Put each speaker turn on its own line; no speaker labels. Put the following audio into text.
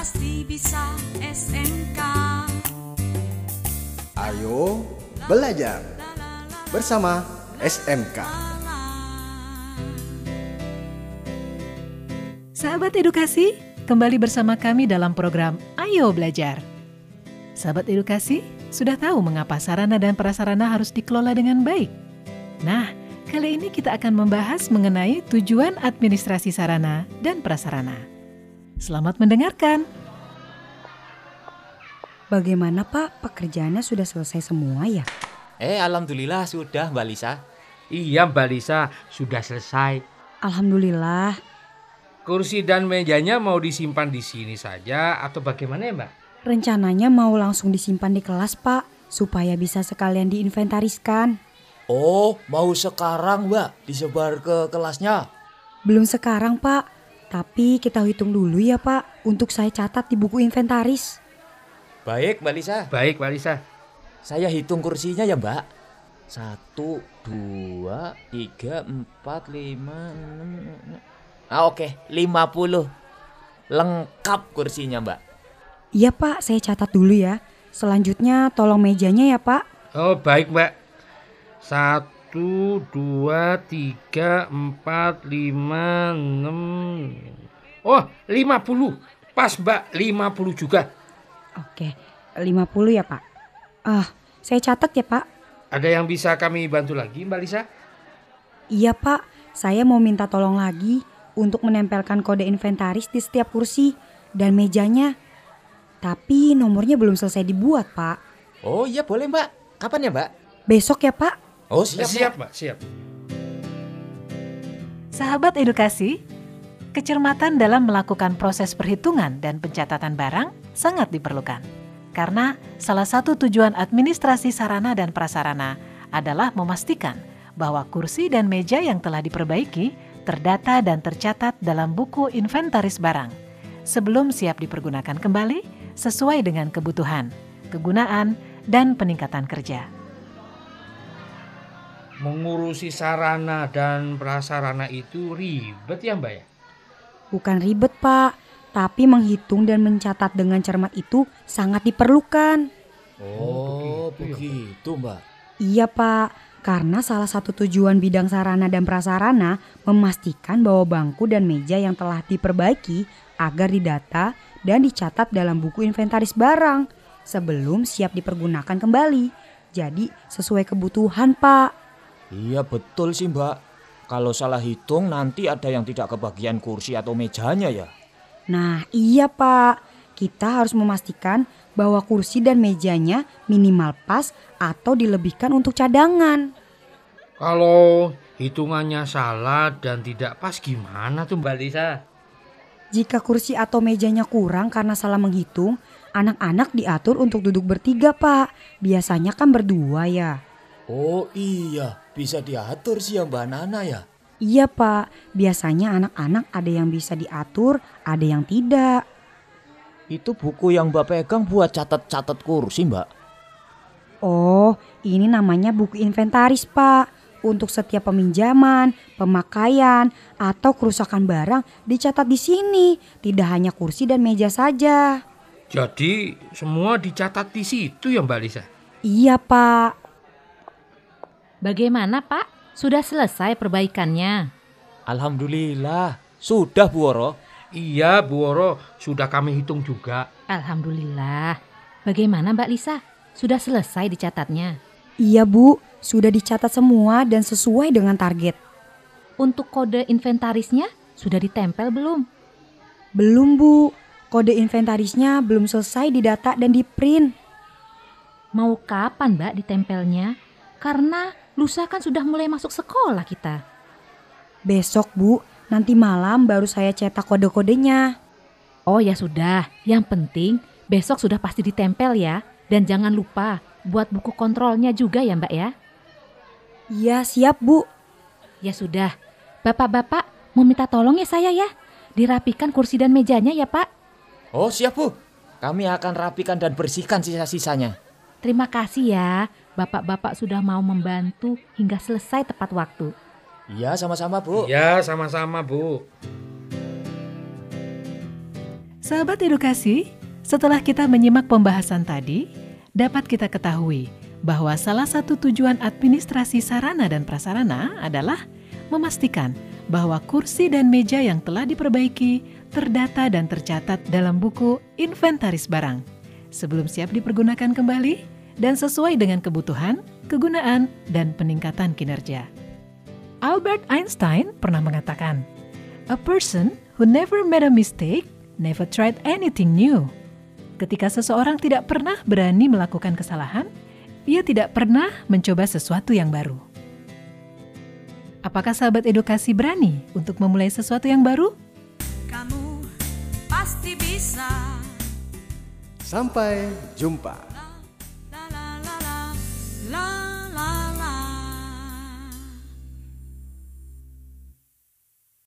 pasti bisa SMK.
Ayo belajar bersama SMK.
Sahabat edukasi, kembali bersama kami dalam program Ayo Belajar. Sahabat edukasi, sudah tahu mengapa sarana dan prasarana harus dikelola dengan baik? Nah, kali ini kita akan membahas mengenai tujuan administrasi sarana dan prasarana. Selamat mendengarkan.
Bagaimana Pak, pekerjaannya sudah selesai semua ya?
Alhamdulillah sudah Mbak Lisa.
Iya Mbak Lisa, sudah selesai.
Alhamdulillah.
Kursi dan mejanya mau disimpan di sini saja atau bagaimana ya Mbak?
Rencananya mau langsung disimpan di kelas Pak, supaya bisa sekalian diinventariskan.
Oh, mau sekarang Mbak disebar ke kelasnya?
Belum sekarang Pak, tapi kita hitung dulu ya Pak, untuk saya catat di buku inventaris.
Baik Mbak Lisa.
Baik Mbak Lisa.
Saya hitung kursinya ya Mbak. 1, 2, 3, 4, 5, 6. Oke, 50. Lengkap kursinya Mbak.
Iya Pak, saya catat dulu ya. Selanjutnya tolong mejanya ya Pak.
Oh baik Mbak. 1, 2, 3, 4, 5, 6. Oh 50. Pas Mbak, 50 juga.
Oke, 50 ya Pak. Saya catat ya Pak.
Ada yang bisa kami bantu lagi Mbak Lisa?
Iya Pak, saya mau minta tolong lagi untuk menempelkan kode inventaris di setiap kursi dan mejanya. Tapi nomornya belum selesai dibuat Pak.
Oh iya boleh Mbak. Kapan ya Mbak?
Besok ya Pak.
Oh siap
Mbak, siap.
Sahabat edukasi, kecermatan dalam melakukan proses perhitungan dan pencatatan barang sangat diperlukan. Karena salah satu tujuan administrasi sarana dan prasarana adalah memastikan bahwa kursi dan meja yang telah diperbaiki terdata dan tercatat dalam buku inventaris barang sebelum siap dipergunakan kembali sesuai dengan kebutuhan, kegunaan, dan peningkatan kerja.
Mengurusi sarana dan prasarana itu ribet ya Mbak ya?
Bukan ribet Pak, tapi menghitung dan mencatat dengan cermat itu sangat diperlukan.
Oh begitu Mbak.
Iya Pak, karena salah satu tujuan bidang sarana dan prasarana memastikan bahwa bangku dan meja yang telah diperbaiki agar didata dan dicatat dalam buku inventaris barang sebelum siap dipergunakan kembali. Jadi sesuai kebutuhan Pak.
Iya betul sih Mbak. Kalau salah hitung nanti ada yang tidak kebagian kursi atau mejanya ya.
Nah iya Pak, kita harus memastikan bahwa kursi dan mejanya minimal pas atau dilebihkan untuk cadangan.
Kalau hitungannya salah dan tidak pas gimana tuh Mbak Lisa?
Jika kursi atau mejanya kurang karena salah menghitung, anak-anak diatur untuk duduk bertiga Pak. Biasanya kan berdua ya.
Oh iya, bisa diatur sih ya Mbak Nana ya.
Iya Pak, biasanya anak-anak ada yang bisa diatur, ada yang tidak.
Itu buku yang Mbak pegang buat catat-catat kursi Mbak.
Oh, ini namanya buku inventaris Pak. Untuk setiap peminjaman, pemakaian, atau kerusakan barang dicatat di sini. Tidak hanya kursi dan meja saja.
Jadi semua dicatat di situ ya Mbak Lisa?
Iya Pak.
Bagaimana Pak? Sudah selesai perbaikannya?
Alhamdulillah, sudah Bu Woro.
Iya Bu Woro, sudah kami hitung juga.
Alhamdulillah. Bagaimana Mbak Lisa? Sudah selesai dicatatnya?
Iya Bu, sudah dicatat semua dan sesuai dengan target.
Untuk kode inventarisnya sudah ditempel belum?
Belum Bu, kode inventarisnya belum selesai didata dan di-print.
Mau kapan Mbak ditempelnya? Karena lusa kan sudah mulai masuk sekolah kita.
Besok Bu, nanti malam baru saya cetak kode-kodenya.
Oh ya sudah, yang penting besok sudah pasti ditempel ya. Dan jangan lupa buat buku kontrolnya juga ya Mbak ya.
Iya siap Bu.
Ya sudah, Bapak-bapak mau minta tolong ya saya ya. Dirapikan kursi dan mejanya ya Pak.
Oh siap Bu, kami akan rapikan dan bersihkan sisa-sisanya.
Terima kasih ya, Bapak-bapak sudah mau membantu hingga selesai tepat waktu.
Iya sama-sama Bu.
Iya sama-sama Bu.
Sahabat edukasi, setelah kita menyimak pembahasan tadi, dapat kita ketahui bahwa salah satu tujuan administrasi sarana dan prasarana adalah memastikan bahwa kursi dan meja yang telah diperbaiki terdata dan tercatat dalam buku inventaris barang sebelum siap dipergunakan kembali dan sesuai dengan kebutuhan, kegunaan, dan peningkatan kinerja. Albert Einstein pernah mengatakan, "A person who never made a mistake never tried anything new." Ketika seseorang tidak pernah berani melakukan kesalahan, ia tidak pernah mencoba sesuatu yang baru. Apakah sahabat edukasi berani untuk memulai sesuatu yang baru?
Kamu pasti bisa.
Sampai jumpa.